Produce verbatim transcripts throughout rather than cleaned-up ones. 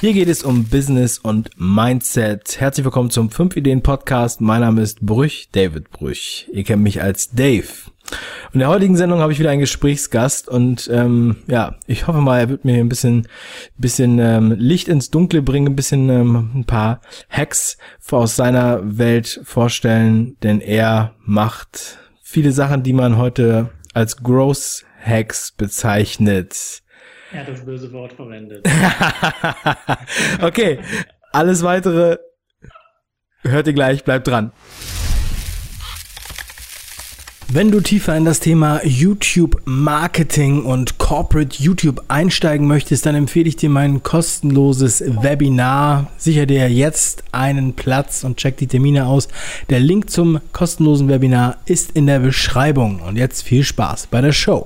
Hier geht es um Business und Mindset. Herzlich willkommen zum fünf Ideen Podcast. Mein Name ist Brüch, David Brüch. Ihr kennt mich als Dave. Und in der heutigen Sendung habe ich wieder einen Gesprächsgast und ähm, ja, ich hoffe mal, er wird mir ein bisschen bisschen ähm, Licht ins Dunkle bringen, ein bisschen ähm, ein paar Hacks aus seiner Welt vorstellen, denn er macht viele Sachen, die man heute als Growth Hacks bezeichnet. Er hat das böse Wort verwendet. Okay, alles weitere hört ihr gleich, bleibt dran. Wenn du tiefer in das Thema YouTube-Marketing und Corporate YouTube einsteigen möchtest, dann empfehle ich dir mein kostenloses Webinar. Sicher dir jetzt einen Platz und check die Termine aus. Der Link zum kostenlosen Webinar ist in der Beschreibung. Und jetzt viel Spaß bei der Show.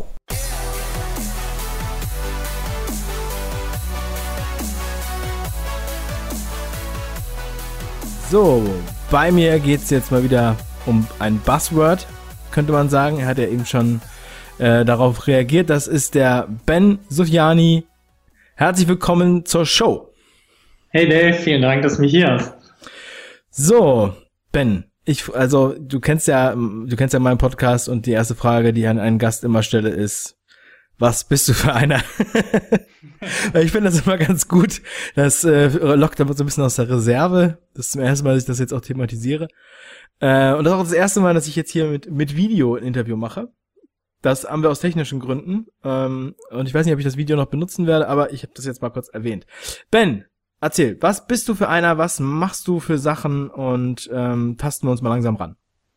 So, bei mir geht es jetzt mal wieder um ein Buzzword, könnte man sagen. Er hat ja eben schon äh, darauf reagiert. Das ist der Ben Sufjani. Herzlich willkommen zur Show. Hey Dave, vielen Dank, dass du mich hier hast. So, Ben, ich, also du kennst ja, du kennst ja meinen Podcast und die erste Frage, die ich an einen Gast immer stelle, ist: Was bist du für einer? Ich finde das immer ganz gut. Das äh, lockt aber so ein bisschen aus der Reserve. Das ist zum ersten Mal, dass ich das jetzt auch thematisiere. Äh, und das ist auch das erste Mal, dass ich jetzt hier mit mit Video ein Interview mache. Das haben wir aus technischen Gründen. Ähm, und ich weiß nicht, ob ich das Video noch benutzen werde, aber ich habe das jetzt mal kurz erwähnt. Ben, erzähl, was bist du für einer? Was machst du für Sachen? Und ähm, tasten wir uns mal langsam ran.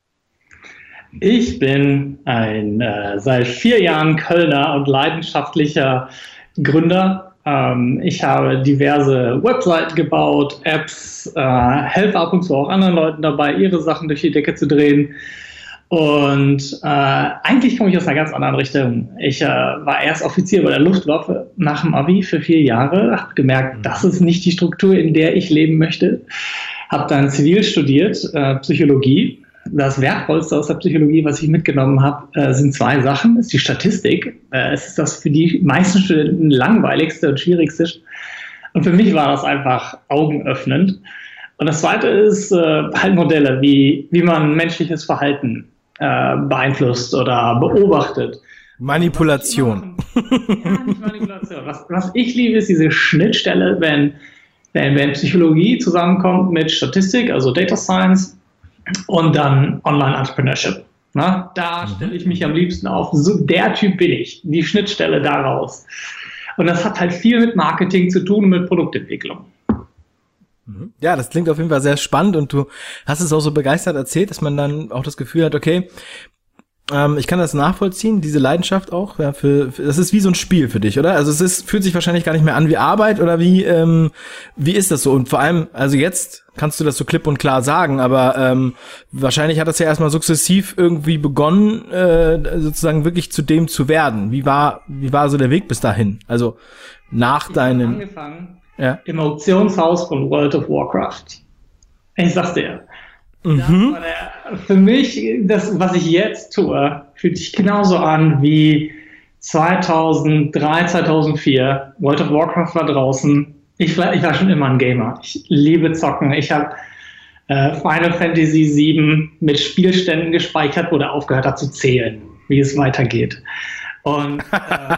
Ich bin ein äh, seit vier Jahren Kölner und leidenschaftlicher Gründer. Ähm, ich habe diverse Webseiten gebaut, Apps, äh, helfe ab und zu auch anderen Leuten dabei, ihre Sachen durch die Decke zu drehen. Und äh, eigentlich komme ich aus einer ganz anderen Richtung. Ich äh, war erst Offizier bei der Luftwaffe nach dem Abi für vier Jahre, habe gemerkt, das ist nicht die Struktur, in der ich leben möchte. Habe dann zivil studiert, äh, Psychologie. Das Wertvollste aus der Psychologie, was ich mitgenommen habe, äh, sind zwei Sachen. Das ist die Statistik. Äh, es ist das für die meisten Studenten langweiligste und schwierigste. Und für mich war das einfach augenöffnend. Und das zweite ist äh, halt Modelle, wie, wie man menschliches Verhalten äh, beeinflusst oder beobachtet. Manipulation. Ja, nicht Manipulation. Was, was ich liebe, ist diese Schnittstelle, wenn, wenn, wenn Psychologie zusammenkommt mit Statistik, also Data Science, und dann Online-Entrepreneurship. Na, da stelle ich mich am liebsten auf. So, der Typ bin ich. Die Schnittstelle daraus. Und das hat halt viel mit Marketing zu tun und mit Produktentwicklung. Ja, das klingt auf jeden Fall sehr spannend und du hast es auch so begeistert erzählt, dass man dann auch das Gefühl hat, okay, ähm, ich kann das nachvollziehen, diese Leidenschaft auch. Ja, für, für das ist wie so ein Spiel für dich, oder? Also es ist, fühlt sich wahrscheinlich gar nicht mehr an wie Arbeit, oder wie ähm, wie ist das so? Und vor allem, also jetzt kannst du das so klipp und klar sagen, aber ähm, wahrscheinlich hat das ja erstmal sukzessiv irgendwie begonnen, äh, sozusagen wirklich zu dem zu werden. Wie war wie war so der Weg bis dahin? Also nach ich deinen... habe angefangen ja. im Auktionshaus von World of Warcraft. Ich sag's dir. Mhm. Das war der, für mich, das, was ich jetzt tue, fühlt sich genauso an wie zweitausenddrei, zweitausendvier. World of Warcraft war draußen. Ich war, ich war schon immer ein Gamer. Ich liebe Zocken. Ich habe äh, Final Fantasy sieben mit Spielständen gespeichert, wo der aufgehört hat zu zählen, wie es weitergeht. Und äh,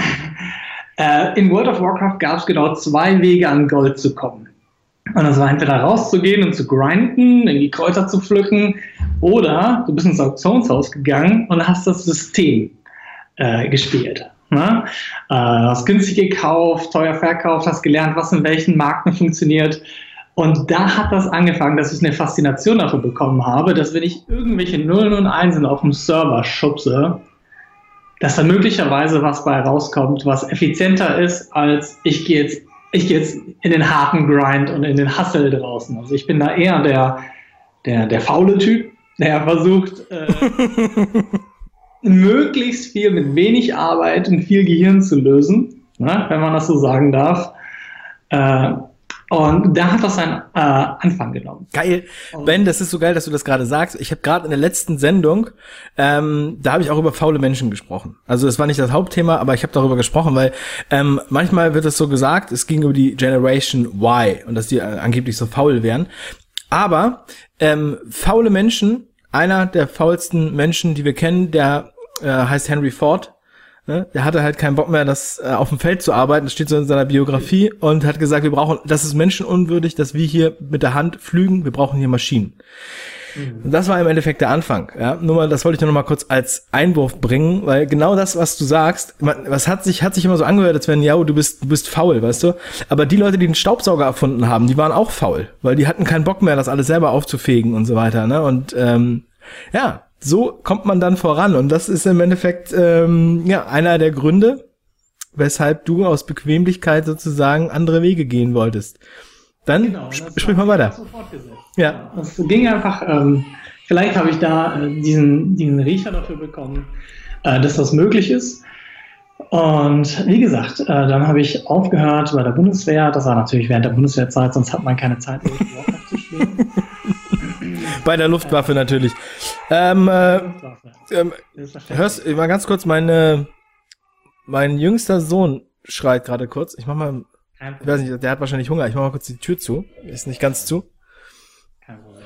äh, in World of Warcraft gab es genau zwei Wege, an Gold zu kommen. Und das war entweder rauszugehen und zu grinden, irgendwie Kräuter zu pflücken, oder du bist ins Auktionshaus gegangen und hast das System äh, gespielt. Ne? Äh, hast günstig gekauft, teuer verkauft, hast gelernt, was in welchen Märkten funktioniert. Und da hat das angefangen, dass ich eine Faszination dafür bekommen habe, dass wenn ich irgendwelche Nullen und Einsen auf dem Server schubse, dass da möglicherweise was bei rauskommt, was effizienter ist, als ich gehe jetzt Ich gehe jetzt in den harten Grind und in den Hustle draußen. Also ich bin da eher der, der, der faule Typ, der versucht, äh, möglichst viel mit wenig Arbeit und viel Gehirn zu lösen, ne, wenn man das so sagen darf. Äh, Und da hat das seinen äh, Anfang genommen. Geil. Ben, das ist so geil, dass du das gerade sagst. Ich habe gerade in der letzten Sendung, ähm, da habe ich auch über faule Menschen gesprochen. Also das war nicht das Hauptthema, aber ich habe darüber gesprochen, weil ähm, manchmal wird es so gesagt, es ging über die Generation Y und dass die äh, angeblich so faul wären. Aber ähm, faule Menschen, einer der faulsten Menschen, die wir kennen, der äh, heißt Henry Ford. Der hatte halt keinen Bock mehr, das äh, auf dem Feld zu arbeiten. Das steht so in seiner Biografie und hat gesagt, wir brauchen, das ist menschenunwürdig, dass wir hier mit der Hand pflügen. Wir brauchen hier Maschinen. Mhm. Und das war im Endeffekt der Anfang. Ja, nur mal, das wollte ich nur noch mal kurz als Einwurf bringen, weil genau das, was du sagst, man, was hat sich, hat sich immer so angehört, als wenn, ja, du bist, du bist faul, weißt du? Aber die Leute, die den Staubsauger erfunden haben, die waren auch faul, weil die hatten keinen Bock mehr, das alles selber aufzufegen und so weiter, ne? Und ähm, ja. So kommt man dann voran und das ist im Endeffekt ähm, ja einer der Gründe, weshalb du aus Bequemlichkeit sozusagen andere Wege gehen wolltest. Dann genau, sp sprich mal weiter. Ja, es ging einfach. Ähm, vielleicht habe ich da äh, diesen diesen Riecher dafür bekommen, äh, dass das möglich ist. Und wie gesagt, äh, dann habe ich aufgehört bei der Bundeswehr. Das war natürlich während der Bundeswehrzeit, sonst hat man keine Zeit, Warcraft zu spielen. Bei der Luftwaffe natürlich. Ähm, äh, ähm, hörst mal ganz kurz, meine, mein jüngster Sohn schreit gerade kurz. Ich mach mal, ich weiß nicht, der hat wahrscheinlich Hunger. Ich mach mal kurz die Tür zu. Ist nicht ganz zu. Kein Problem.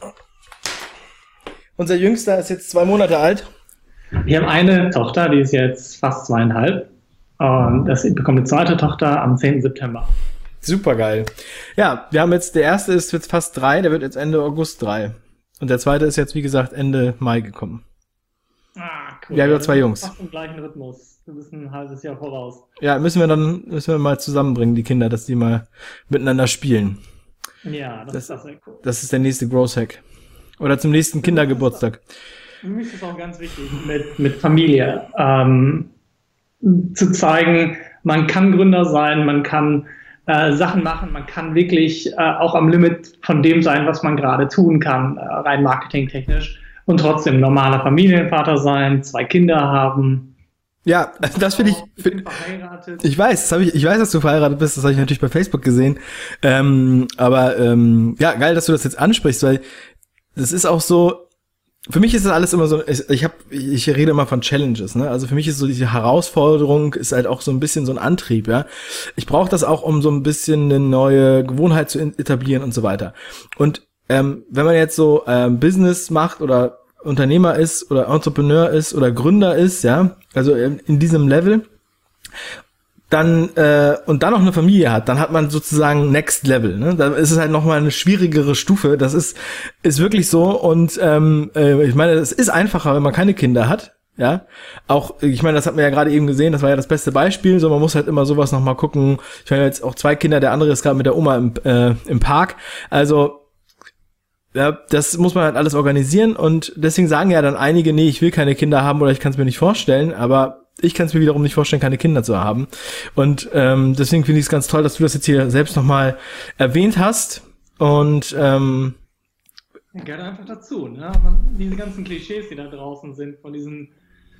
Unser Jüngster ist jetzt zwei Monate alt. Wir haben eine Tochter, die ist jetzt fast zweieinhalb. Und das bekommt eine zweite Tochter am zehnten September. Super geil. Ja, wir haben jetzt, der erste ist jetzt fast drei, der wird jetzt Ende August drei. Und der zweite ist jetzt, wie gesagt, Ende Mai gekommen. Ah, cool. Wir haben ja zwei Jungs. Fast im gleichen Rhythmus. Du bist ein halbes Jahr voraus. Ja, müssen wir dann, müssen wir mal zusammenbringen, die Kinder, dass die mal miteinander spielen. Ja, das, das ist auch sehr cool. Das ist der nächste Growth Hack. Oder zum nächsten Kindergeburtstag. Für mich ist es auch ganz wichtig, mit, mit Familie ähm, zu zeigen, man kann Gründer sein, man kann Äh, Sachen machen, man kann wirklich äh, auch am Limit von dem sein, was man gerade tun kann, äh, rein marketingtechnisch und trotzdem normaler Familienvater sein, zwei Kinder haben. Ja, das finde ich. Ich bin verheiratet. Ich weiß, das hab ich, ich weiß, dass du verheiratet bist, das habe ich natürlich bei Facebook gesehen. Ähm, aber ähm, ja, geil, dass du das jetzt ansprichst, weil das ist auch so. Für mich ist das alles immer so, ich, ich habe, ich rede immer von Challenges, ne? Also für mich ist so diese Herausforderung ist halt auch so ein bisschen so ein Antrieb, ja. Ich brauche das auch, um so ein bisschen eine neue Gewohnheit zu etablieren und so weiter. Und ähm, wenn man jetzt so ähm, Business macht oder Unternehmer ist oder Entrepreneur ist oder Gründer ist, ja, also in, in diesem Level, dann äh, und dann noch eine Familie hat, dann hat man sozusagen Next Level, ne? Da ist es halt nochmal eine schwierigere Stufe. Das ist ist wirklich so und ähm, äh, ich meine, es ist einfacher, wenn man keine Kinder hat, ja. Auch ich meine, das hat man ja gerade eben gesehen, das war ja das beste Beispiel. So, man muss halt immer sowas nochmal gucken. Ich meine jetzt auch zwei Kinder, der andere ist gerade mit der Oma im äh, im Park, also ja, das muss man halt alles organisieren und deswegen sagen ja dann einige, nee, ich will keine Kinder haben oder ich kann es mir nicht vorstellen, aber ich kann es mir wiederum nicht vorstellen, keine Kinder zu haben. Und ähm, deswegen finde ich es ganz toll, dass du das jetzt hier selbst nochmal erwähnt hast. Und ähm, gehört einfach dazu, ne? Diese ganzen Klischees, die da draußen sind, von diesen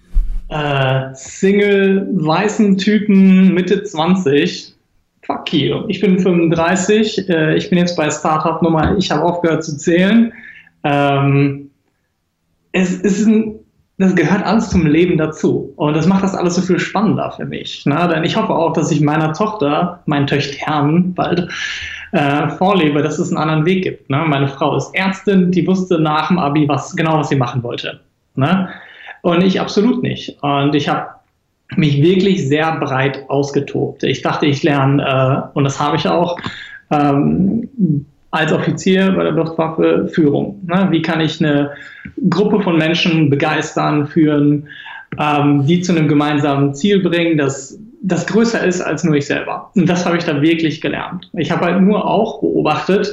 äh, Single, weißen Typen Mitte zwanzig. Fuck you. Ich bin fünfunddreißig, äh, ich bin jetzt bei Startup Nummer, ich habe aufgehört zu zählen. Ähm, es ist ein Das gehört alles zum Leben dazu. Und das macht das alles so viel spannender für mich. Ne? Denn ich hoffe auch, dass ich meiner Tochter, meinen Töchtern bald, äh, vorlebe, dass es einen anderen Weg gibt. Ne? Meine Frau ist Ärztin, die wusste nach dem Abi was, genau, was sie machen wollte. Ne? Und ich absolut nicht. Und ich habe mich wirklich sehr breit ausgetobt. Ich dachte, ich lerne, äh, und das habe ich auch, ähm, als Offizier bei der Luftwaffe Führung. Ne? Wie kann ich eine Gruppe von Menschen begeistern, führen, ähm, die zu einem gemeinsamen Ziel bringen, das, das größer ist als nur ich selber. Und das habe ich da wirklich gelernt. Ich habe halt nur auch beobachtet,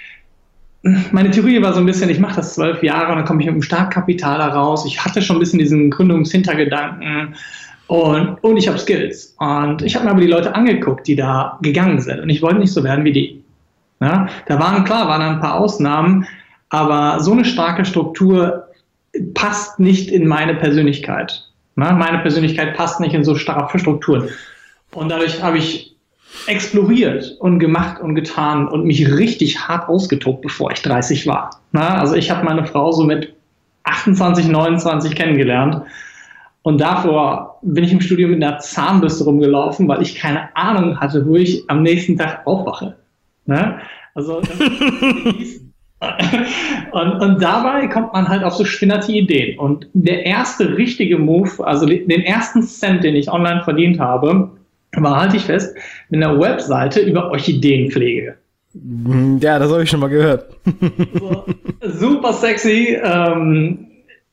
meine Theorie war so ein bisschen, ich mache das zwölf Jahre und dann komme ich mit einem Startkapital heraus. Ich hatte schon ein bisschen diesen Gründungshintergedanken und, und ich habe Skills. Und ich habe mir aber die Leute angeguckt, die da gegangen sind. Und ich wollte nicht so werden wie die. Ja, da waren, klar, waren ein paar Ausnahmen, aber so eine starke Struktur passt nicht in meine Persönlichkeit. Ja, meine Persönlichkeit passt nicht in so starke Strukturen. Und dadurch habe ich exploriert und gemacht und getan und mich richtig hart ausgetobt, bevor ich dreißig war. Na, also ich habe meine Frau so mit achtundzwanzig, neunundzwanzig kennengelernt. Und davor bin ich im Studio mit einer Zahnbürste rumgelaufen, weil ich keine Ahnung hatte, wo ich am nächsten Tag aufwache. Ne? Also das ist und, und dabei kommt man halt auf so spinnerte Ideen. Und der erste richtige Move, also den ersten Cent, den ich online verdient habe, war, halte ich fest, mit einer Webseite über Orchideenpflege. Ja, das habe ich schon mal gehört. So, super sexy. Ähm,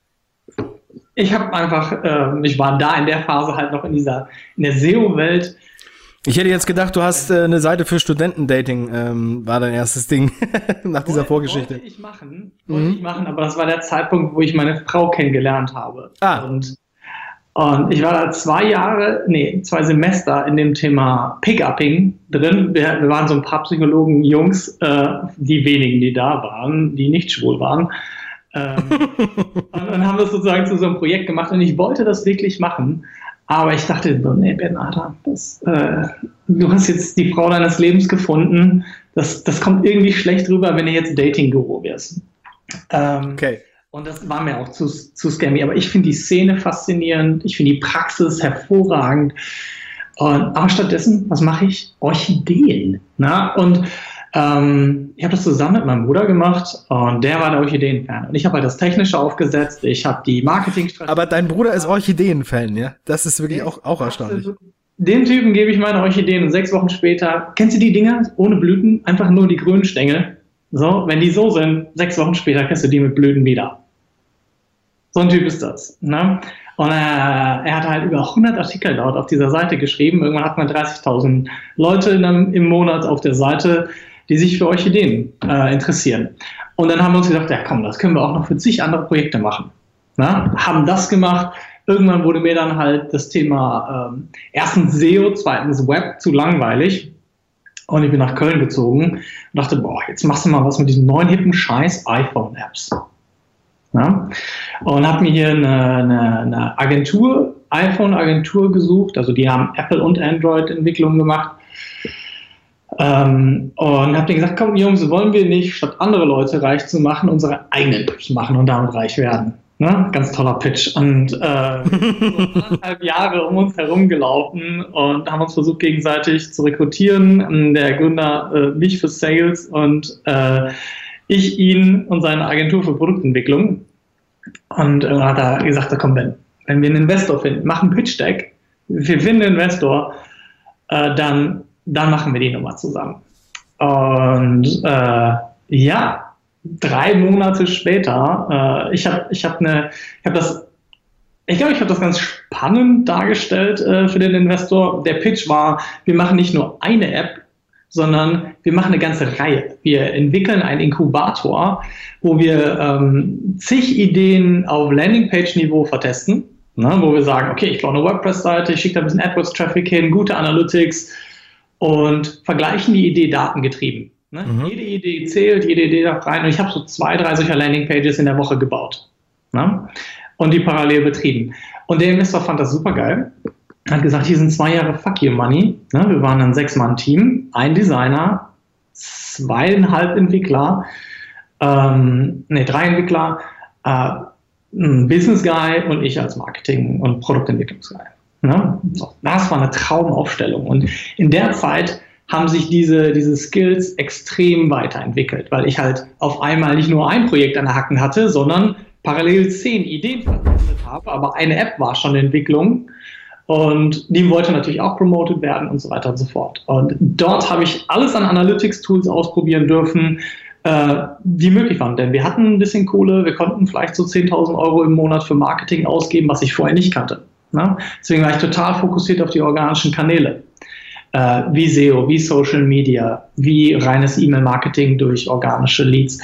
ich habe einfach, ähm, ich war da in der Phase halt noch in dieser, in der S E O-Welt. Ich hätte jetzt gedacht, du hast äh, eine Seite für Studentendating, ähm, war dein erstes Ding nach dieser Vorgeschichte. Wollte ich machen, wollte mhm. ich machen, aber das war der Zeitpunkt, wo ich meine Frau kennengelernt habe. Ah. Und, und ich war da zwei Jahre, nee, zwei Semester in dem Thema Pick-Upping drin. Wir, wir waren so ein paar Psychologen, Jungs, äh, die wenigen, die da waren, die nicht schwul waren. ähm, und dann haben wir es sozusagen zu so einem Projekt gemacht und ich wollte das wirklich machen. Aber ich dachte, so, nee, Bernhard, das, äh, du hast jetzt die Frau deines Lebens gefunden. Das, das kommt irgendwie schlecht rüber, wenn du jetzt Dating-Guru wirst. Ähm, okay. Und das war mir auch zu, zu scammy. Aber ich finde die Szene faszinierend. Ich finde die Praxis hervorragend. Und, aber stattdessen, was mache ich? Orchideen. Na? Und Ähm, ich habe das zusammen mit meinem Bruder gemacht und der war der Orchideen-Fan. Und ich habe halt das Technische aufgesetzt, ich habe die Marketingstrategie. Aber dein Bruder ist Orchideen-Fan, ja? Das ist wirklich auch, auch erstaunlich. Dem Typen gebe ich meine Orchideen und sechs Wochen später, kennst du die Dinger ohne Blüten? Einfach nur die grünen Stängel. So, wenn die so sind, sechs Wochen später kriegst du die mit Blüten wieder. So ein Typ ist das. Ne? Und äh, er hat halt über hundert Artikel dort auf dieser Seite geschrieben. Irgendwann hat man dreißigtausend Leute in einem, im Monat auf der Seite, die sich für Orchideen äh, interessieren. Und dann haben wir uns gedacht, ja komm, das können wir auch noch für zig andere Projekte machen. Na? Haben das gemacht. Irgendwann wurde mir dann halt das Thema ähm, erstens S E O, zweitens Web zu langweilig. Und ich bin nach Köln gezogen und dachte, boah, jetzt machst du mal was mit diesen neuen hippen Scheiß iPhone-Apps. Ja? Und habe mir hier eine, eine, eine Agentur, iPhone-Agentur gesucht. Also die haben Apple- und Android-Entwicklungen gemacht. Ähm, und habe denen gesagt, komm Jungs, wollen wir nicht, statt andere Leute reich zu machen, unsere eigenen Apps machen und damit reich werden. Ne? Ganz toller Pitch. Und äh, so anderthalb Jahre um uns herum gelaufen und haben uns versucht, gegenseitig zu rekrutieren. Der Gründer äh, mich für Sales und äh, ich ihn und seine Agentur für Produktentwicklung. Und äh, hat er gesagt, komm, wenn, wenn wir einen Investor finden, machen Pitch Deck, wir finden einen Investor, äh, dann, dann machen wir die Nummer zusammen. Und äh, ja, drei Monate später, äh, ich habe ich hab eine, ich habe das, ich glaube, ich habe das ganz spannend dargestellt äh, für den Investor. Der Pitch war, wir machen nicht nur eine App, sondern wir machen eine ganze Reihe. Wir entwickeln einen Inkubator, wo wir ähm, zig Ideen auf Landingpage-Niveau vertesten, ne, wo wir sagen, okay, ich baue eine WordPress-Seite, ich schicke da ein bisschen AdWords-Traffic hin, gute Analytics und vergleichen die Idee datengetrieben. Ne? Mhm. Jede Idee zählt, jede Idee darf rein. Und ich habe so zwei, drei solcher Landingpages in der Woche gebaut. Ne? Und die parallel betrieben. Und der Investor fand das super geil. Hat gesagt, hier sind zwei Jahre Fuck You Money. Ne? Wir waren ein Sechs-Mann-Team, ein Designer, zweieinhalb Entwickler, ähm, ne, drei Entwickler, äh, ein Business Guy und ich als Marketing- und Produktentwicklungsguy. Ne? So, das war eine Traumaufstellung. Und in der Zeit haben sich diese, diese Skills extrem weiterentwickelt, weil ich halt auf einmal nicht nur ein Projekt an der Hacken hatte, sondern parallel zehn Ideen verwendet habe, aber eine App war schon in Entwicklung und die wollte natürlich auch promoted werden und so weiter und so fort. Und dort habe ich alles an Analytics-Tools ausprobieren dürfen, äh, die möglich waren, denn wir hatten ein bisschen Kohle, wir konnten vielleicht so zehntausend Euro im Monat für Marketing ausgeben, was ich vorher nicht kannte. Ne? Deswegen war ich total fokussiert auf die organischen Kanäle. Uh, wie S E O, wie Social Media, wie reines E-Mail-Marketing durch organische Leads.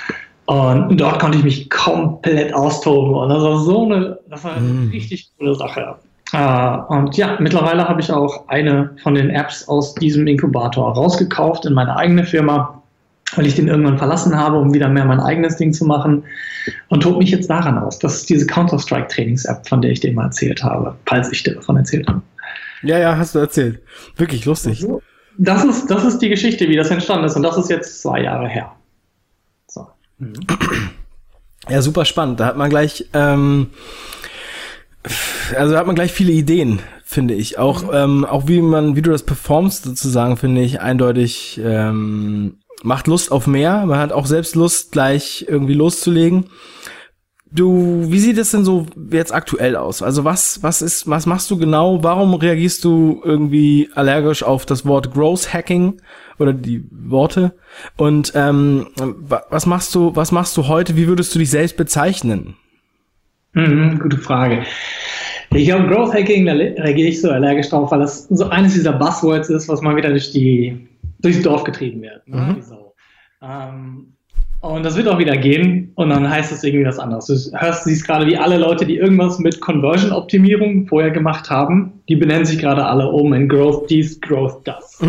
Und dort konnte ich mich komplett austoben. Und das war so eine, das war eine mm. richtig coole Sache. Uh, und ja, mittlerweile habe ich auch eine von den Apps aus diesem Inkubator rausgekauft in meine eigene Firma, weil ich den irgendwann verlassen habe, um wieder mehr mein eigenes Ding zu machen. Und tobe mich jetzt daran aus. Das ist diese Counter-Strike-Trainings-App, von der ich dir mal erzählt habe, falls ich dir davon erzählt habe. Ja, ja, hast du erzählt. Wirklich lustig. das ist, das ist die Geschichte, wie das entstanden ist. Und das ist jetzt zwei Jahre her. So. Mhm. Ja, super spannend. Da hat man gleich, ähm, also da hat man gleich viele Ideen, finde ich. Auch, mhm. ähm, auch wie man, wie du das performst, sozusagen, finde ich eindeutig, ähm, macht Lust auf mehr. Man hat auch selbst Lust, gleich irgendwie loszulegen. Du, wie sieht es denn so jetzt aktuell aus? Also was, was ist, was machst du genau? Warum reagierst du irgendwie allergisch auf das Wort Growth Hacking oder die Worte? Und ähm, was machst du, was machst du heute? Wie würdest du dich selbst bezeichnen? Mhm, gute Frage. Ich glaube, Growth Hacking, da reagiere ich so allergisch drauf, weil das so eines dieser Buzzwords ist, was mal wieder durch die durchs Dorf getrieben wird. Ne? Mhm. So. Ähm, Und das wird auch wieder gehen und dann heißt es irgendwie was anderes. Du hörst, siehst gerade, wie alle Leute, die irgendwas mit Conversion-Optimierung vorher gemacht haben, die benennen sich gerade alle um in Growth dies, Growth das.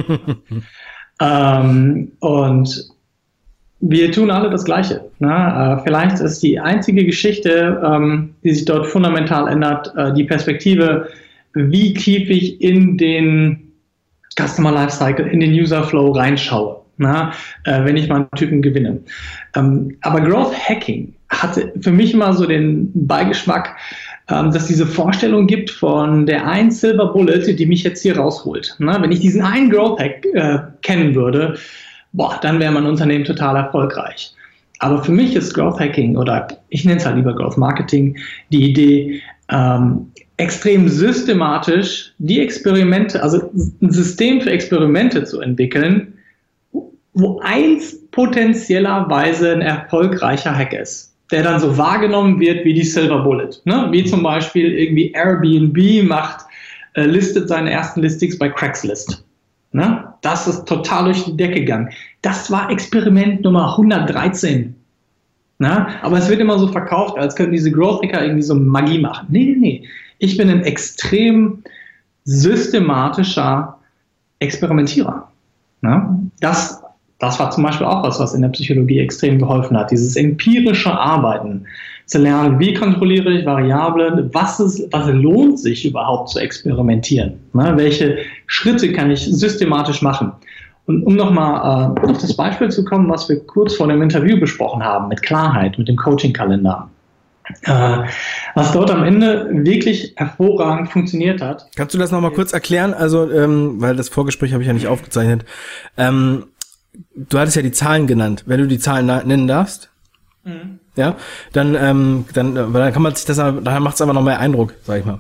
ähm, und wir tun alle das Gleiche. Ne? Äh, vielleicht ist die einzige Geschichte, ähm, die sich dort fundamental ändert, äh, die Perspektive, wie tief ich in den Customer Lifecycle, in den User Flow reinschaue. Na, äh, wenn ich mal einen Typen gewinne. Ähm, aber Growth Hacking hatte für mich immer so den Beigeschmack, ähm, dass diese Vorstellung gibt von der einen Silver Bullet, die mich jetzt hier rausholt. Na, wenn ich diesen einen Growth Hack äh, kennen würde, boah, dann wäre mein Unternehmen total erfolgreich. Aber für mich ist Growth Hacking oder ich nenne es halt lieber Growth Marketing die Idee, ähm, extrem systematisch die Experimente, also ein System für Experimente zu entwickeln, wo eins potenziellerweise ein erfolgreicher Hack ist, der dann so wahrgenommen wird wie die Silver Bullet. Ne? Wie zum Beispiel irgendwie Airbnb macht, äh, listet seine ersten Listings bei Craigslist. Ne? Das ist total durch die Decke gegangen. Das war Experiment Nummer hundertdreizehn. Ne? Aber es wird immer so verkauft, als könnten diese Growth Hacker irgendwie so Magie machen. Nee, nee, nee. Ich bin ein extrem systematischer Experimentierer. Ne? Das Das war zum Beispiel auch was, was in der Psychologie extrem geholfen hat. Dieses empirische Arbeiten, zu lernen, wie kontrolliere ich Variablen, was, ist, was lohnt sich überhaupt zu experimentieren, ne? Welche Schritte kann ich systematisch machen. Und um nochmal äh, auf das Beispiel zu kommen, was wir kurz vor dem Interview besprochen haben, mit Klarheit, mit dem Coaching-Kalender. Äh, was dort am Ende wirklich hervorragend funktioniert hat. Kannst du das nochmal kurz erklären? Also, ähm, weil das Vorgespräch habe ich ja nicht aufgezeichnet. Ähm, Du hattest ja die Zahlen genannt. Wenn du die Zahlen na- nennen darfst, mhm. ja, dann, ähm, dann, weil dann kann man sich das, dann macht es einfach noch mehr Eindruck, sag ich mal.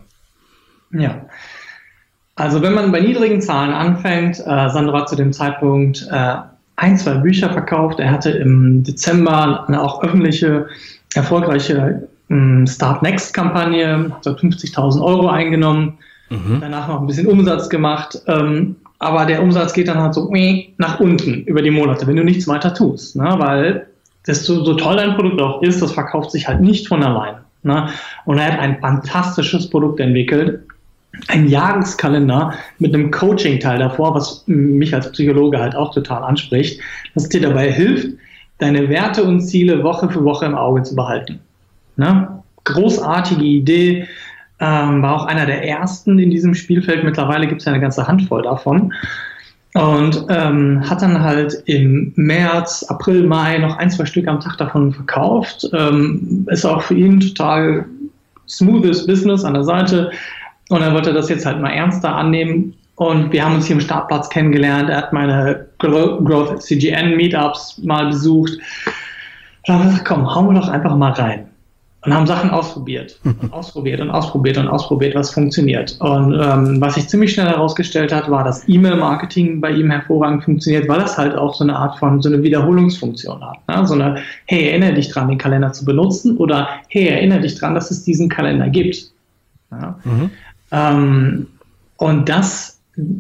Ja. Also wenn man bei niedrigen Zahlen anfängt, äh, Sandro hat zu dem Zeitpunkt äh, ein, zwei Bücher verkauft. Er hatte im Dezember eine auch öffentliche, erfolgreiche ähm, Start Next Kampagne, hat so fünfzigtausend Euro eingenommen, mhm. danach noch ein bisschen Umsatz gemacht. Ähm, Aber der Umsatz geht dann halt so nach unten über die Monate, wenn du nichts weiter tust. Ne? Weil desto so toll dein Produkt auch ist, das verkauft sich halt nicht von allein. Ne? Und er hat ein fantastisches Produkt entwickelt, ein Jahreskalender mit einem Coaching-Teil davor, was mich als Psychologe halt auch total anspricht, das dir dabei hilft, deine Werte und Ziele Woche für Woche im Auge zu behalten. Ne? Großartige Idee. Ähm, war auch einer der ersten in diesem Spielfeld. Mittlerweile gibt es ja eine ganze Handvoll davon. Und ähm, hat dann halt im März, April, Mai noch ein, zwei Stück am Tag davon verkauft. Ähm, ist auch für ihn total smoothes Business an der Seite. Und er wollte das jetzt halt mal ernster annehmen. Und wir haben uns hier im Startplatz kennengelernt. Er hat meine Growth C G N Meetups mal besucht. Und dann haben wir gesagt, komm, hauen wir doch einfach mal rein. Und haben Sachen ausprobiert, und ausprobiert und ausprobiert und ausprobiert, was funktioniert. Und ähm, was sich ziemlich schnell herausgestellt hat, war, dass E-Mail-Marketing bei ihm hervorragend funktioniert, weil das halt auch so eine Art von, so eine Wiederholungsfunktion hat. Ne? So eine, hey, erinnere dich dran, den Kalender zu benutzen, oder hey, erinnere dich dran, dass es diesen Kalender gibt. Ja? Mhm. Ähm, und das,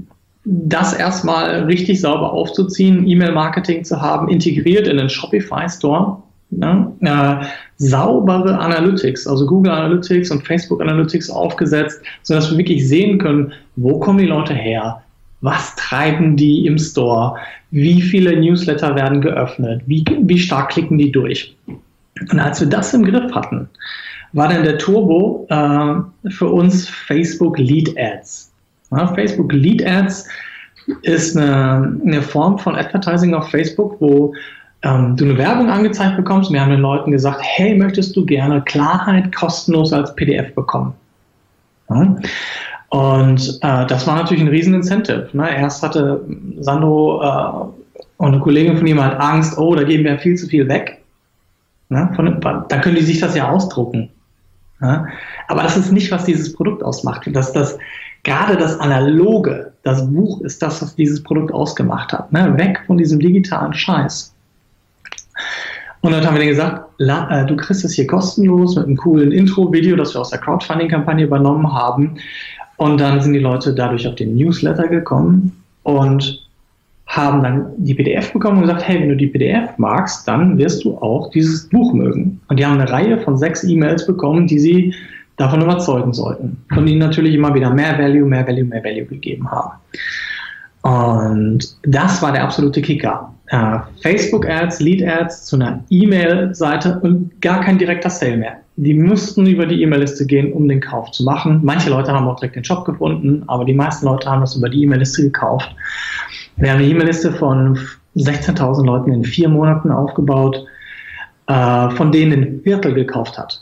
das erstmal richtig sauber aufzuziehen, E-Mail-Marketing zu haben, integriert in den Shopify-Store, ne? äh, saubere Analytics, also Google Analytics und Facebook Analytics aufgesetzt, sodass wir wirklich sehen können, wo kommen die Leute her, was treiben die im Store, wie viele Newsletter werden geöffnet, wie, wie stark klicken die durch. Und als wir das im Griff hatten, war dann der Turbo äh, für uns Facebook Lead Ads. Ja, Facebook Lead Ads ist eine, eine Form von Advertising auf Facebook, wo ähm, du eine Werbung angezeigt bekommst. Wir haben den Leuten gesagt, hey, möchtest du gerne Klarheit kostenlos als P D F bekommen? Ja? Und äh, das war natürlich ein riesen Incentive. Ne? Erst hatte Sandro äh, und eine Kollegin von ihm halt Angst, oh, da geben wir viel zu viel weg. Ne? Von, da können die sich das ja ausdrucken. Ja? Aber das ist nicht, was dieses Produkt ausmacht. Das, das, gerade das Analoge, das Buch ist das, was dieses Produkt ausgemacht hat. Ne? Weg von diesem digitalen Scheiß. Und dann haben wir denen gesagt, la, äh, du kriegst es hier kostenlos mit einem coolen Intro-Video, das wir aus der Crowdfunding-Kampagne übernommen haben. Und dann sind die Leute dadurch auf den Newsletter gekommen und haben dann die P D F bekommen und gesagt, hey, wenn du die P D F magst, dann wirst du auch dieses Buch mögen. Und die haben eine Reihe von sechs E-Mails bekommen, die sie davon überzeugen sollten. Von ihnen natürlich immer wieder mehr Value, mehr Value, mehr Value gegeben haben. Und das war der absolute Kicker. Uh, Facebook-Ads, Lead-Ads zu einer E-Mail-Seite und gar kein direkter Sale mehr. Die mussten über die E-Mail-Liste gehen, um den Kauf zu machen. Manche Leute haben auch direkt den Shop gefunden, aber die meisten Leute haben das über die E-Mail-Liste gekauft. Wir haben eine E-Mail-Liste von sechzehntausend Leuten in vier Monaten aufgebaut, uh, von denen ein Viertel gekauft hat.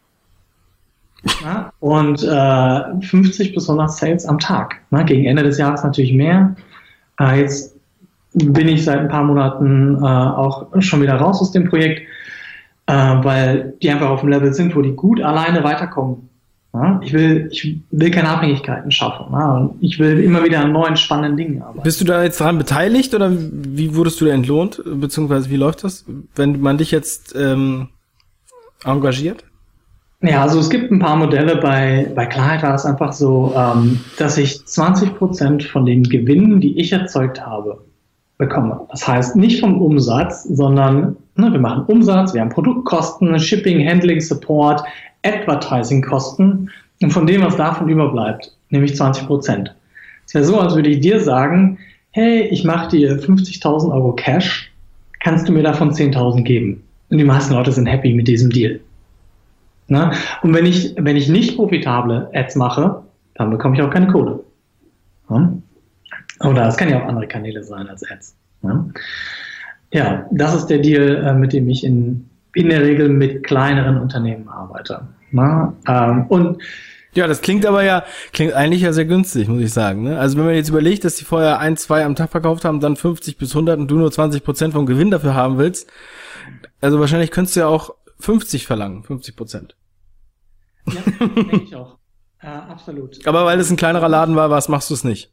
Ja, und uh, fünfzig bis hundert Sales am Tag. Na, gegen Ende des Jahres natürlich mehr. Uh, jetzt bin ich seit ein paar Monaten äh, auch schon wieder raus aus dem Projekt, äh, weil die einfach auf dem Level sind, wo die gut alleine weiterkommen. Ja? Ich will, ich will keine Abhängigkeiten schaffen. Ja? Und ich will immer wieder an neuen, spannenden Dingen arbeiten. Bist du da jetzt dran beteiligt oder wie wurdest du da entlohnt? Beziehungsweise wie läuft das, wenn man dich jetzt ähm, engagiert? Ja, also es gibt ein paar Modelle. Bei, bei Klarheit war es einfach so, ähm, dass ich zwanzig Prozent von den Gewinnen, die ich erzeugt habe, bekomme. Das heißt nicht vom Umsatz, sondern ne, wir machen Umsatz, wir haben Produktkosten, Shipping, Handling, Support, Advertising-Kosten und von dem, was davon überbleibt, nämlich zwanzig Prozent. Es wäre so, als würde ich dir sagen, hey, ich mache dir fünfzigtausend Euro Cash, kannst du mir davon zehntausend geben? Und die meisten Leute sind happy mit diesem Deal. Ne? Und wenn ich, wenn ich nicht profitable Ads mache, dann bekomme ich auch keine Kohle. Ja? Oder es kann ja auch andere Kanäle sein als Ads. Ne? Ja, das ist der Deal, mit dem ich in, in der Regel mit kleineren Unternehmen arbeite. Ne? Und ja, das klingt aber ja, klingt eigentlich ja sehr günstig, muss ich sagen. Ne? Also wenn man jetzt überlegt, dass die vorher ein, zwei am Tag verkauft haben, dann fünfzig bis hundert und du nur zwanzig Prozent vom Gewinn dafür haben willst, also wahrscheinlich könntest du ja auch fünfzig verlangen, fünfzig Prozent. Ja, denke ich auch. Ja, absolut. Aber weil es ein kleinerer Laden war, was machst du es nicht?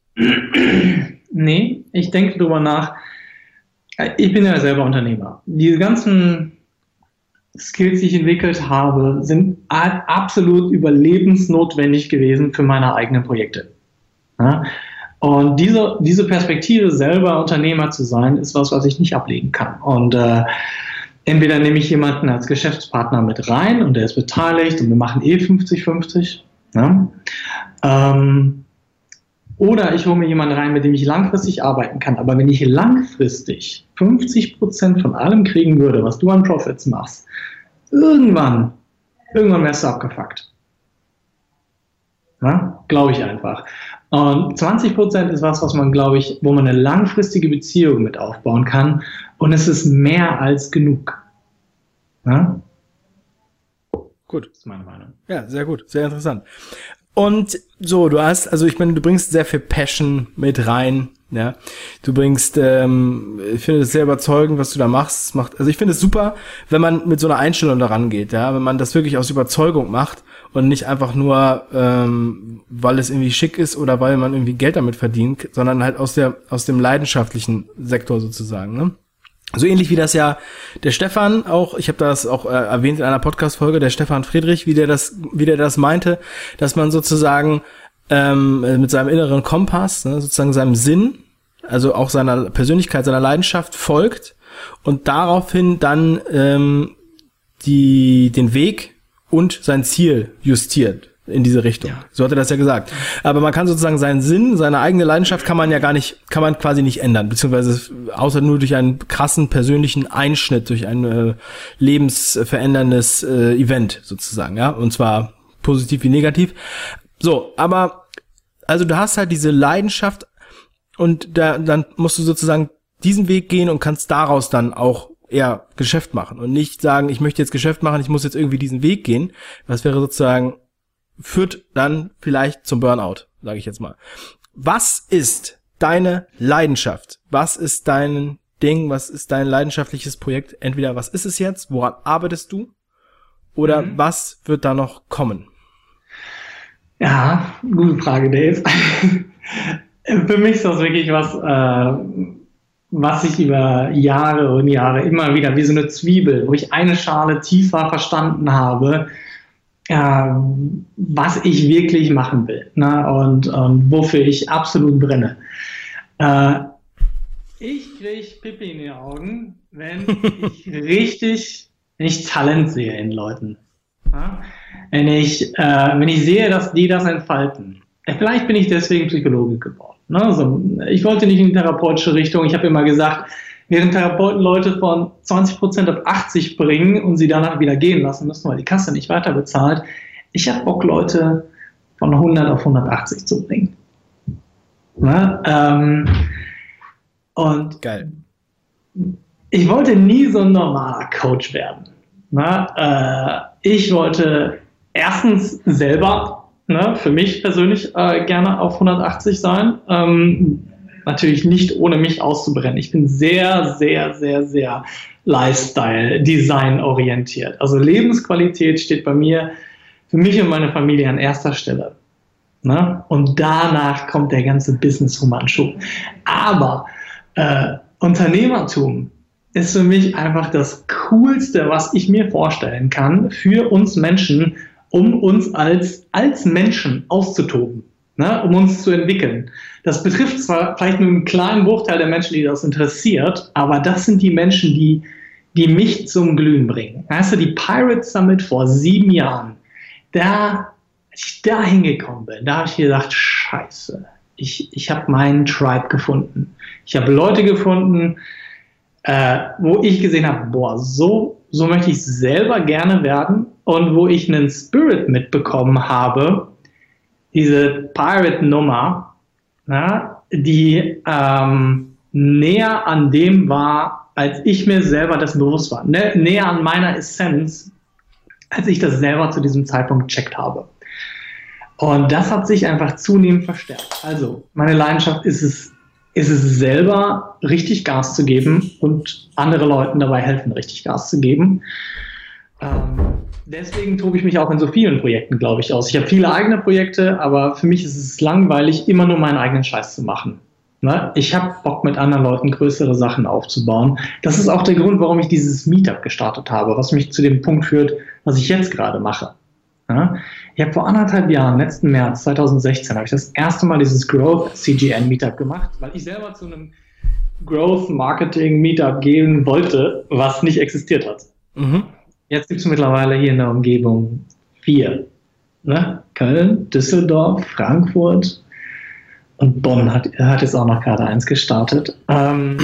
Nee, ich denke drüber nach. Ich bin ja selber Unternehmer. Diese ganzen Skills, die ich entwickelt habe, sind absolut überlebensnotwendig gewesen für meine eigenen Projekte. Ja? Und diese, diese Perspektive, selber Unternehmer zu sein, ist was, was ich nicht ablegen kann. Und äh, entweder nehme ich jemanden als Geschäftspartner mit rein und der ist beteiligt und wir machen eh fünfzig fünfzig. Ja? Ähm, Oder ich hole mir jemanden rein, mit dem ich langfristig arbeiten kann. Aber wenn ich langfristig fünfzig Prozent von allem kriegen würde, was du an Profits machst, irgendwann, irgendwann wärst du abgefuckt. Ja? Glaube ich einfach. Und zwanzig Prozent ist was, was man, glaube ich, wo man eine langfristige Beziehung mit aufbauen kann. Und es ist mehr als genug. Ja? Gut. Das ist meine Meinung. Ja, sehr gut. Sehr interessant. Und so, du hast, also ich meine, du bringst sehr viel Passion mit rein, ja. Du bringst, ähm, ich finde es sehr überzeugend, was du da machst. Es macht, also ich finde es super, wenn man mit so einer Einstellung daran geht, ja, wenn man das wirklich aus Überzeugung macht und nicht einfach nur, ähm, weil es irgendwie schick ist oder weil man irgendwie Geld damit verdient, sondern halt aus der, aus dem leidenschaftlichen Sektor sozusagen, ne? So ähnlich wie das ja der Stefan auch, ich habe das auch äh, erwähnt in einer Podcast-Folge, der Stefan Friedrich, wie der das, wie der das meinte, dass man sozusagen ähm, mit seinem inneren Kompass, ne, sozusagen seinem Sinn, also auch seiner Persönlichkeit, seiner Leidenschaft folgt und daraufhin dann ähm, die den Weg und sein Ziel justiert in diese Richtung. Ja. So hat er das ja gesagt. Aber man kann sozusagen seinen Sinn, seine eigene Leidenschaft kann man ja gar nicht, kann man quasi nicht ändern, beziehungsweise außer nur durch einen krassen persönlichen Einschnitt, durch ein äh, lebensveränderndes äh, Event sozusagen, ja, und zwar positiv wie negativ. So, aber also du hast halt diese Leidenschaft und da, dann musst du sozusagen diesen Weg gehen und kannst daraus dann auch eher Geschäft machen und nicht sagen, ich möchte jetzt Geschäft machen, ich muss jetzt irgendwie diesen Weg gehen. Was wäre sozusagen, führt dann vielleicht zum Burnout, sage ich jetzt mal. Was ist deine Leidenschaft? Was ist dein Ding? Was ist dein leidenschaftliches Projekt? Entweder was ist es jetzt? Woran arbeitest du? Oder mhm. was wird da noch kommen? Ja, gute Frage, Dave. Für mich ist das wirklich was, äh, was ich über Jahre und Jahre immer wieder wie so eine Zwiebel, wo ich eine Schale tiefer verstanden habe, äh, was ich wirklich machen will, ne? und, und wofür ich absolut brenne. Äh, ich kriege Pipi in die Augen, wenn ich richtig, wenn ich Talent sehe in Leuten. Ja? Wenn ich, äh, wenn ich sehe, dass die das entfalten. Vielleicht bin ich deswegen Psychologe geworden. Ne? Also, ich wollte nicht in die therapeutische Richtung. Ich habe immer gesagt, während Therapeuten Leute von zwanzig Prozent auf achtzig bringen und sie danach wieder gehen lassen müssen, weil die Kasse nicht weiter bezahlt. Ich habe Bock, Leute von hundert auf hundertachtzig zu bringen. Ne? Ähm, und Geil. Ich wollte nie so ein normaler Coach werden. Ne? Äh, ich wollte erstens selber Ne, für mich persönlich äh, gerne auf hundertachtzig sein. Ähm, natürlich nicht ohne mich auszubrennen. Ich bin sehr, sehr, sehr, sehr Lifestyle-Design orientiert. Also Lebensqualität steht bei mir, für mich und meine Familie an erster Stelle. Ne? Und danach kommt der ganze Business-Humanschub. Aber äh, Unternehmertum ist für mich einfach das Coolste, was ich mir vorstellen kann für uns Menschen, um uns als, als Menschen auszutoben, ne, um uns zu entwickeln. Das betrifft zwar vielleicht nur einen kleinen Bruchteil der Menschen, die das interessiert, aber das sind die Menschen, die, die mich zum Glühen bringen. Weißt du, die Pirate Summit vor sieben Jahren, da, als ich da hingekommen bin, da habe ich gedacht, scheiße, ich, ich habe meinen Tribe gefunden. Ich habe Leute gefunden, äh, wo ich gesehen habe, boah, so, so möchte ich selber gerne werden. Und wo ich einen Spirit mitbekommen habe, diese Pirate-Nummer, na, die ähm, näher an dem war, als ich mir selber das bewusst war. Nä- näher an meiner Essenz, als ich das selber zu diesem Zeitpunkt gecheckt habe. Und das hat sich einfach zunehmend verstärkt. Also, meine Leidenschaft ist es, ist es selber richtig Gas zu geben und andere Leuten dabei helfen, richtig Gas zu geben. Ähm, deswegen tobe ich mich auch in so vielen Projekten, glaube ich, aus. Ich habe viele eigene Projekte, aber für mich ist es langweilig, immer nur meinen eigenen Scheiß zu machen. Ne? Ich habe Bock, mit anderen Leuten größere Sachen aufzubauen. Das ist auch der Grund, warum ich dieses Meetup gestartet habe, was mich zu dem Punkt führt, was ich jetzt gerade mache. Ja? Ich habe vor anderthalb Jahren, letzten März zweitausendsechzehn, habe ich das erste Mal dieses Growth C G N Meetup gemacht, weil ich selber zu einem Growth Marketing Meetup gehen wollte, was nicht existiert hat. Mhm. Jetzt gibt es mittlerweile hier in der Umgebung vier. Ne? Köln, Düsseldorf, Frankfurt und Bonn hat, hat jetzt auch noch gerade eins gestartet. Ähm,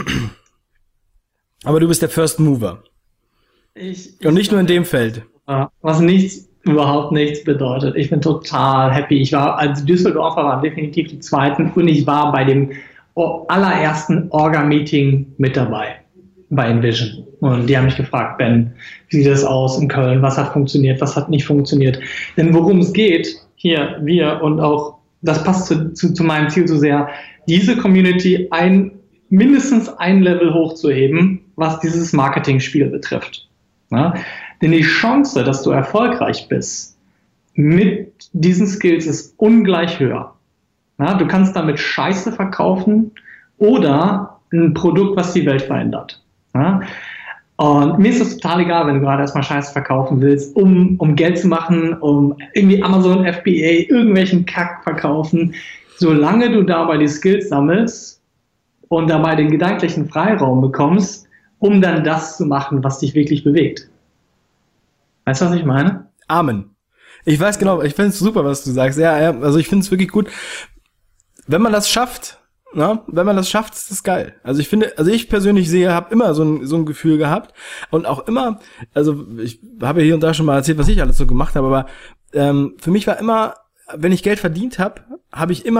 Aber du bist der First Mover. Ich, ich und nicht nur in dem Feld. Was nichts, überhaupt nichts bedeutet. Ich bin total happy. Ich war, als Düsseldorfer war definitiv die zweiten und ich war bei dem allerersten Orga-Meeting mit dabei. Bei Envision. Und die haben mich gefragt, Ben, wie sieht das aus in Köln? Was hat funktioniert? Was hat nicht funktioniert? Denn worum es geht, hier, wir und auch, das passt zu, zu, zu meinem Ziel so sehr, diese Community ein, mindestens ein Level hochzuheben, was dieses Marketing-Spiel betrifft. Ja? Denn die Chance, dass du erfolgreich bist mit diesen Skills ist ungleich höher. Ja? Du kannst damit Scheiße verkaufen oder ein Produkt, was die Welt verändert. Ja? Und mir ist es total egal, wenn du gerade erstmal Scheiße verkaufen willst, um, um Geld zu machen, um irgendwie Amazon F B A, irgendwelchen Kack verkaufen. Solange du dabei die Skills sammelst und dabei den gedanklichen Freiraum bekommst, um dann das zu machen, was dich wirklich bewegt. Weißt du, was ich meine? Amen. Ich weiß genau, ich finde es super, was du sagst. Ja, ja, also ich finde es wirklich gut. Wenn man das schafft, na, wenn man das schafft, ist das geil. Also ich finde, also ich persönlich sehe, habe immer so ein so ein Gefühl gehabt und auch immer, also ich habe ja hier und da schon mal erzählt, was ich alles so gemacht habe, aber ähm, für mich war immer, wenn ich Geld verdient habe, habe ich immer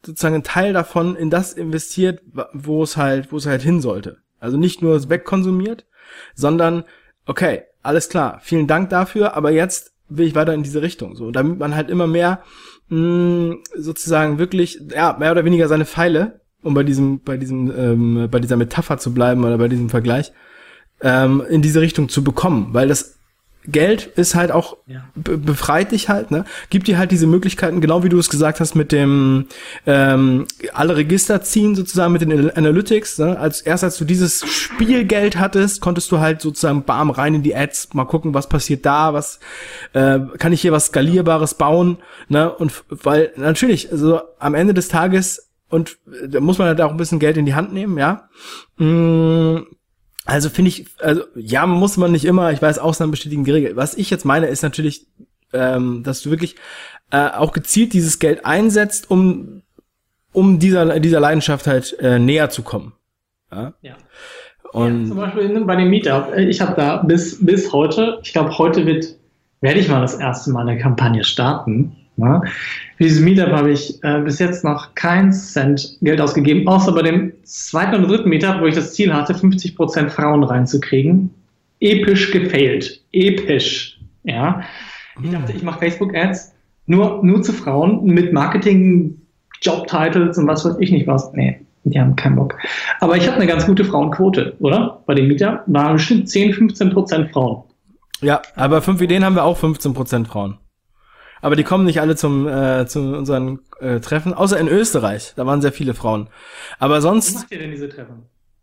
sozusagen einen Teil davon in das investiert, wo es halt, wo es halt hin sollte. Also nicht nur wegkonsumiert, sondern, okay, alles klar, vielen Dank dafür, aber jetzt will ich weiter in diese Richtung, so, damit man halt immer mehr, mh, sozusagen wirklich, ja, mehr oder weniger seine Pfeile, um bei diesem, bei diesem, ähm, bei dieser Metapher zu bleiben oder bei diesem Vergleich, ähm, in diese Richtung zu bekommen, weil das Geld ist halt auch, ja. be- befreit dich halt, ne, gibt dir halt diese Möglichkeiten, genau wie du es gesagt hast, mit dem, ähm, alle Register ziehen sozusagen mit den Analytics, ne, als erst als du dieses Spielgeld hattest, konntest du halt sozusagen bam rein in die Ads, mal gucken, was passiert da, was, äh, kann ich hier was Skalierbares bauen, ne, und, weil, natürlich, also am Ende des Tages, und da muss man halt auch ein bisschen Geld in die Hand nehmen, ja, mmh, also finde ich, also ja, muss man nicht immer, ich weiß, Ausnahmen bestätigen die Regel. Was ich jetzt meine, ist natürlich, ähm, dass du wirklich äh, auch gezielt dieses Geld einsetzt, um um dieser dieser Leidenschaft halt äh, näher zu kommen. Ja. ja. Und ja, zum Beispiel bei dem Meetup, ich habe da bis bis heute, ich glaube, heute wird werde ich mal das erste Mal eine Kampagne starten. Ja. Für dieses Meetup habe ich äh, bis jetzt noch keinen Cent Geld ausgegeben, außer bei dem zweiten oder dritten Meetup, wo ich das Ziel hatte, fünfzig Prozent Frauen reinzukriegen. Episch gefailt. Episch. Ja. Ich dachte, ich mache Facebook-Ads nur, nur zu Frauen mit Marketing, Jobtitles und was weiß ich nicht was. Nee, die haben keinen Bock. Aber ich habe eine ganz gute Frauenquote, oder? Bei dem Meetup waren bestimmt zehn, fünfzehn Prozent Frauen. Ja, aber fünf Ideen haben wir auch fünfzehn Prozent Frauen. Aber die kommen nicht alle zum äh, zu unseren äh, Treffen, außer in Österreich. Da waren sehr viele Frauen. Aber sonst. Wie macht ihr denn diese Treffen?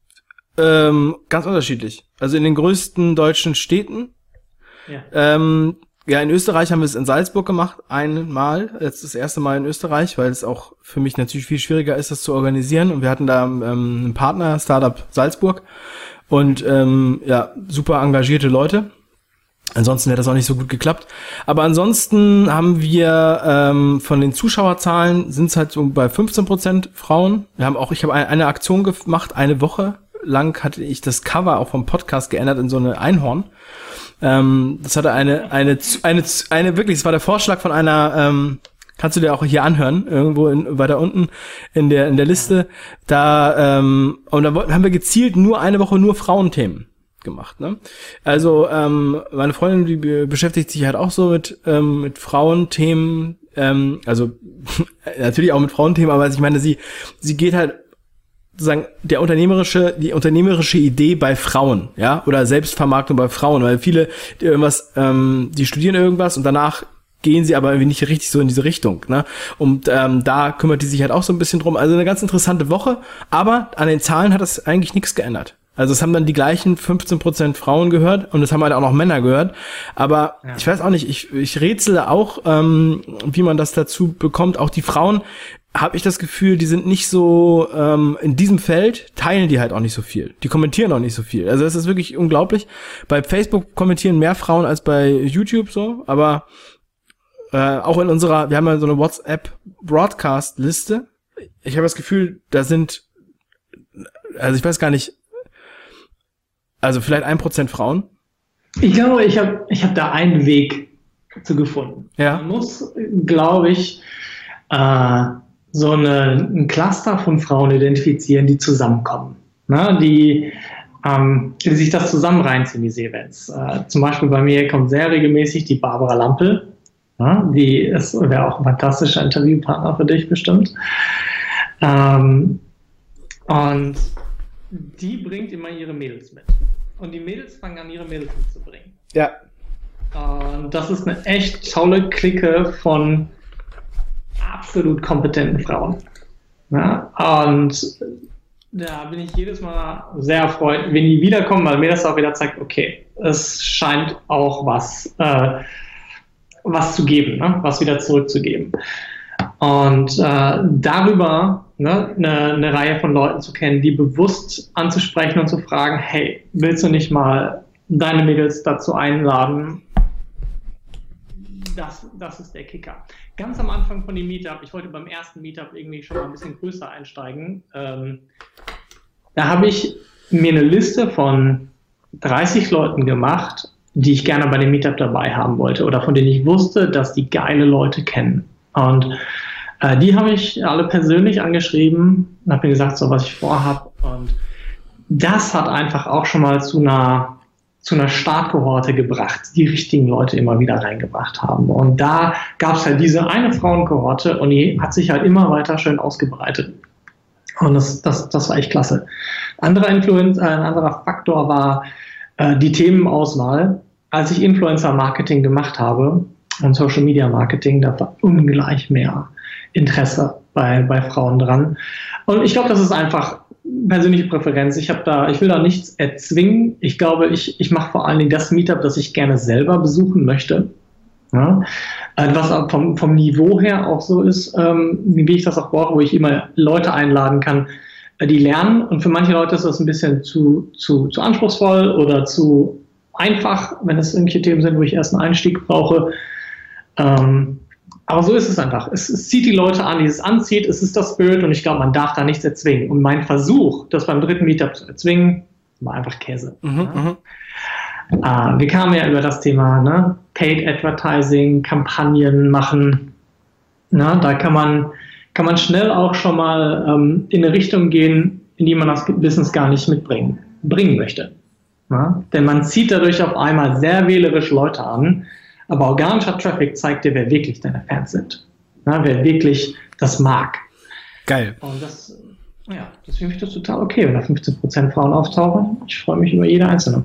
Ähm, ganz unterschiedlich. Also in den größten deutschen Städten. Ja. Ähm, ja, in Österreich haben wir es in Salzburg gemacht, einmal. Jetzt das erste Mal in Österreich, weil es auch für mich natürlich viel schwieriger ist, das zu organisieren. Und wir hatten da ähm, einen Partner, Startup Salzburg. Und ähm, ja, super engagierte Leute. Ansonsten hätte das auch nicht so gut geklappt. Aber ansonsten haben wir ähm, von den Zuschauerzahlen sind es halt so bei fünfzehn Prozent Frauen. Wir haben auch, ich habe eine, eine Aktion gemacht, eine Woche lang hatte ich das Cover auch vom Podcast geändert in so eine Einhorn. Ähm, das hatte eine, eine, eine, eine wirklich, es war der Vorschlag von einer, ähm, kannst du dir auch hier anhören, irgendwo in, weiter unten in der, in der Liste. Da, ähm, und da haben wir gezielt nur eine Woche nur Frauenthemen gemacht, ne? Also ähm, meine Freundin, die be- beschäftigt sich halt auch so mit ähm, mit Frauenthemen, ähm, also natürlich auch mit Frauenthemen, aber ich meine, sie sie geht halt sozusagen der unternehmerische die unternehmerische Idee bei Frauen, ja, oder Selbstvermarktung bei Frauen, weil viele die irgendwas, ähm, die studieren irgendwas und danach gehen sie aber irgendwie nicht richtig so in diese Richtung, ne? Und ähm, da kümmert die sich halt auch so ein bisschen drum. Also eine ganz interessante Woche, aber an den Zahlen hat das eigentlich nichts geändert. Also es haben dann die gleichen fünfzehn Prozent Frauen gehört und es haben halt auch noch Männer gehört. Aber ja. Ich weiß auch nicht, ich, ich rätsele auch, ähm, wie man das dazu bekommt. Auch die Frauen, habe ich das Gefühl, die sind nicht so ähm, in diesem Feld, teilen die halt auch nicht so viel. Die kommentieren auch nicht so viel. Also es ist wirklich unglaublich. Bei Facebook kommentieren mehr Frauen als bei YouTube so, aber äh, auch in unserer, wir haben ja so eine WhatsApp-Broadcast-Liste. Ich habe das Gefühl, da sind, also ich weiß gar nicht, also vielleicht ein Prozent Frauen? Ich glaube, ich habe ich hab da einen Weg zu gefunden. Ja. Man muss, glaube ich, äh, so eine, ein Cluster von Frauen identifizieren, die zusammenkommen. Ne? Die, ähm, die sich das zusammen reinziehen, diese Events. Äh, zum Beispiel bei mir kommt sehr regelmäßig die Barbara Lampel. Ja? Die ist wäre auch ein fantastischer Interviewpartner für dich bestimmt. Ähm, und die bringt immer ihre Mädels mit. Und die Mädels fangen an, ihre Mädels mitzubringen. Ja. Und das ist eine echt tolle Clique von absolut kompetenten Frauen. Ja, und da bin ich jedes Mal sehr erfreut, wenn die wiederkommen, weil mir das auch wieder zeigt, okay, es scheint auch was, äh, was zu geben, ne? Was wieder zurückzugeben. Und äh, darüber ne, eine, eine Reihe von Leuten zu kennen, die bewusst anzusprechen und zu fragen, hey, willst du nicht mal deine Mädels dazu einladen? Das, das ist der Kicker. Ganz am Anfang von dem Meetup, ich wollte beim ersten Meetup irgendwie schon mal ein bisschen größer einsteigen, ähm, da habe ich mir eine Liste von dreißig Leuten gemacht, die ich gerne bei dem Meetup dabei haben wollte oder von denen ich wusste, dass die geile Leute kennen. Und Äh, die habe ich alle persönlich angeschrieben und habe mir gesagt, so was ich vorhab. Und das hat einfach auch schon mal zu einer zu einer Startkohorte gebracht, die richtigen Leute immer wieder reingebracht haben. Und da gab es halt diese eine Frauenkohorte und die hat sich halt immer weiter schön ausgebreitet. Und das, das, das war echt klasse. Anderer Influenz, äh, ein anderer Faktor war äh, die Themenauswahl. Als ich Influencer-Marketing gemacht habe und Social-Media-Marketing, da war ungleich mehr Interesse bei, bei Frauen dran. Und ich glaube, das ist einfach persönliche Präferenz. Ich habe da, ich will da nichts erzwingen. Ich glaube, ich, ich mache vor allen Dingen das Meetup, das ich gerne selber besuchen möchte. Ja? Was vom, vom Niveau her auch so ist, ähm, wie ich das auch brauche, wo ich immer Leute einladen kann, die lernen. Und für manche Leute ist das ein bisschen zu, zu, zu anspruchsvoll oder zu einfach, wenn es irgendwelche Themen sind, wo ich erst einen Einstieg brauche. Ähm, Aber so ist es einfach. Es, es zieht die Leute an, die es anzieht. Es ist das Spirit und ich glaube, man darf da nichts erzwingen. Und mein Versuch, das beim dritten Meetup zu erzwingen, war einfach Käse. Mhm, ja. äh, wir kamen ja über das Thema, ne? Paid Advertising, Kampagnen machen. Na, da kann man, kann man schnell auch schon mal ähm, in eine Richtung gehen, in die man das Business gar nicht mitbringen bringen möchte. Na? Denn man zieht dadurch auf einmal sehr wählerisch Leute an. Aber organischer Traffic zeigt dir, wer wirklich deine Fans sind. Ja, wer wirklich das mag. Geil. Und das, ja, deswegen finde ich das total okay, wenn da fünfzehn Prozent Frauen auftauchen. Ich freue mich über jede einzelne.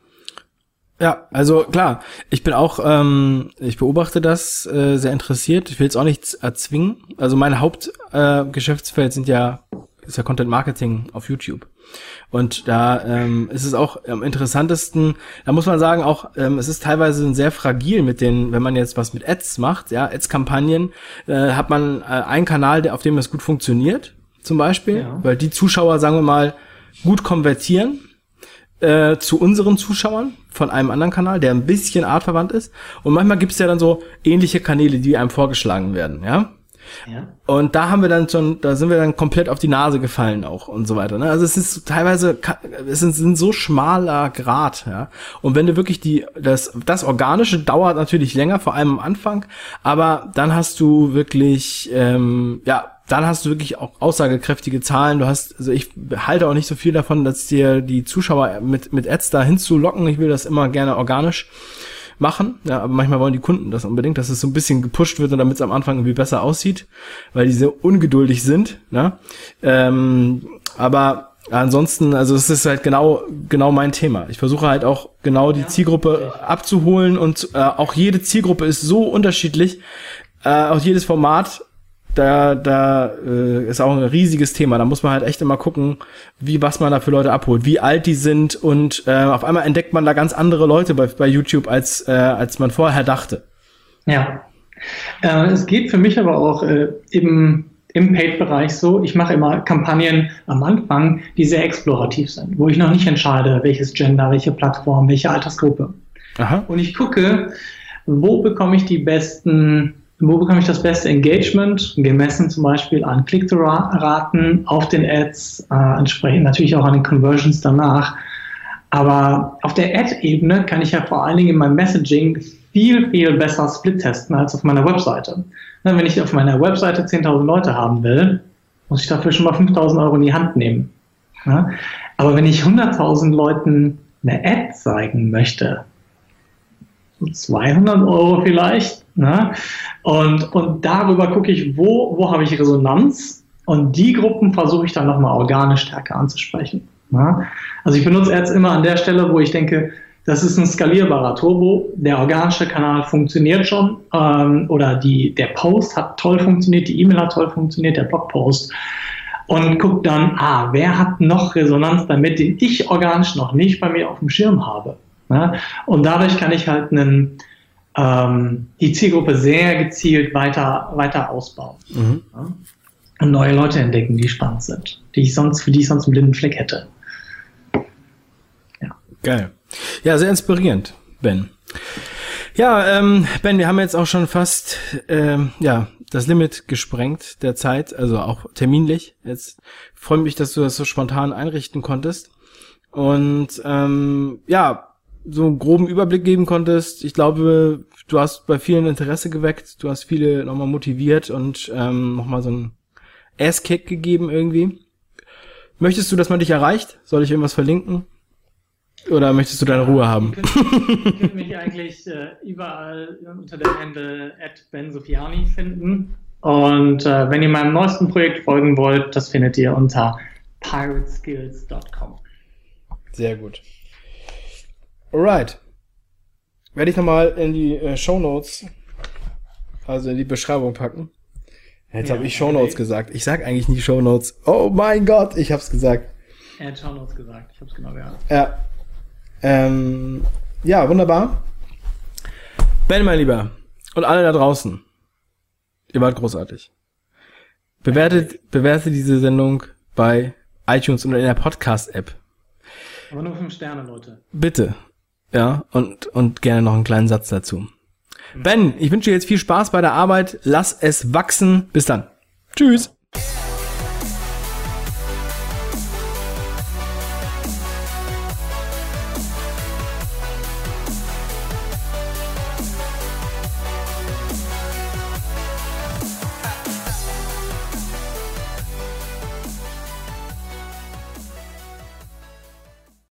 Ja, also klar, ich bin auch, ähm, ich beobachte das äh, sehr interessiert. Ich will jetzt auch nichts erzwingen. Also mein Hauptgeschäftsfeld äh, sind ja, ist ja Content Marketing auf YouTube. Und da ähm, ist es auch am interessantesten, da muss man sagen, auch ähm, es ist teilweise sehr fragil mit den, wenn man jetzt was mit Ads macht, ja, Ads-Kampagnen, äh, hat man äh, einen Kanal, der, auf dem es gut funktioniert, zum Beispiel, ja. Weil die Zuschauer, sagen wir mal, gut konvertieren äh, zu unseren Zuschauern von einem anderen Kanal, der ein bisschen artverwandt ist. Und manchmal gibt es ja dann so ähnliche Kanäle, die einem vorgeschlagen werden, ja. Ja. Und da haben wir dann schon, da sind wir dann komplett auf die Nase gefallen auch und so weiter. Ne? Also es ist teilweise, es ist ein so schmaler Grat, ja. Und wenn du wirklich die, das, das Organische dauert natürlich länger, vor allem am Anfang, aber dann hast du wirklich, ähm, ja, dann hast du wirklich auch aussagekräftige Zahlen. Du hast, also ich halte auch nicht so viel davon, dass dir die Zuschauer mit mit Ads da hinzulocken. Ich will das immer gerne organisch machen, ja, aber manchmal wollen die Kunden das unbedingt, dass es so ein bisschen gepusht wird und damit es am Anfang irgendwie besser aussieht, weil die sehr ungeduldig sind, ne? Ähm, aber ansonsten, also es ist halt genau genau mein Thema. Ich versuche halt auch genau die ja, Zielgruppe okay. abzuholen und äh, auch jede Zielgruppe ist so unterschiedlich, äh, auch jedes Format. Da, da äh, ist auch ein riesiges Thema. Da muss man halt echt immer gucken, wie was man da für Leute abholt, wie alt die sind und äh, auf einmal entdeckt man da ganz andere Leute bei, bei YouTube, als äh, als man vorher dachte. Ja, äh, es geht für mich aber auch äh, im im Paid-Bereich so. Ich mache immer Kampagnen am Anfang, die sehr explorativ sind, wo ich noch nicht entscheide, welches Gender, welche Plattform, welche Altersgruppe. Aha. Und ich gucke, wo bekomme ich die besten Wo bekomme ich das beste Engagement, gemessen zum Beispiel an Click-through-Raten auf den Ads, äh, entsprechend natürlich auch an den Conversions danach. Aber auf der Ad-Ebene kann ich ja vor allen Dingen in meinem Messaging viel, viel besser Split testen als auf meiner Webseite. Na, wenn ich auf meiner Webseite zehntausend Leute haben will, muss ich dafür schon mal fünftausend Euro in die Hand nehmen. Ja? Aber wenn ich hunderttausend Leuten eine Ad zeigen möchte, zweihundert Euro vielleicht. Ne? Und, und darüber gucke ich, wo, wo habe ich Resonanz und die Gruppen versuche ich dann nochmal organisch stärker anzusprechen. Ne? Also ich benutze Ads immer an der Stelle, wo ich denke, das ist ein skalierbarer Turbo, der organische Kanal funktioniert schon ähm, oder die, der Post hat toll funktioniert, die E-Mail hat toll funktioniert, der Blogpost und gucke dann, ah, wer hat noch Resonanz damit, den ich organisch noch nicht bei mir auf dem Schirm habe. Ja, und dadurch kann ich halt einen, ähm, die Zielgruppe sehr gezielt weiter, weiter ausbauen. Mhm. Ja, und neue Leute entdecken, die spannend sind, die ich sonst, für die ich sonst einen blinden Fleck hätte. Ja. Geil. Ja, sehr inspirierend, Ben. Ja, ähm, Ben, wir haben jetzt auch schon fast ähm, ja das Limit gesprengt der Zeit, also auch terminlich. Jetzt freue mich, dass du das so spontan einrichten konntest. Und ähm, ja, so einen groben Überblick geben konntest. Ich glaube, du hast bei vielen Interesse geweckt, du hast viele nochmal motiviert und ähm, nochmal so einen Ass-Kick gegeben irgendwie. Möchtest du, dass man dich erreicht? Soll ich irgendwas verlinken? Oder möchtest du deine Ruhe haben? Ihr könnt, ihr könnt mich eigentlich äh, überall unter der Handle at bensofiani finden. Und äh, wenn ihr meinem neuesten Projekt folgen wollt, das findet ihr unter pirate skills dot com. Sehr gut. Alright. Werde ich nochmal in die äh, Shownotes, also in die Beschreibung packen. Jetzt ja, habe ich Shownotes okay. gesagt. Ich sag eigentlich nie Shownotes. Oh mein Gott, ich hab's gesagt. Er hat Shownotes gesagt. Ich hab's genau gehört. Ja. Ähm, ja, wunderbar. Ben, mein Lieber, und alle da draußen, ihr wart großartig. Bewertet, bewertet diese Sendung bei iTunes oder in der Podcast-App. Aber nur fünf Sterne, Leute. Bitte. Ja, und, und gerne noch einen kleinen Satz dazu. Ben, ich wünsche dir jetzt viel Spaß bei der Arbeit. Lass es wachsen. Bis dann. Tschüss.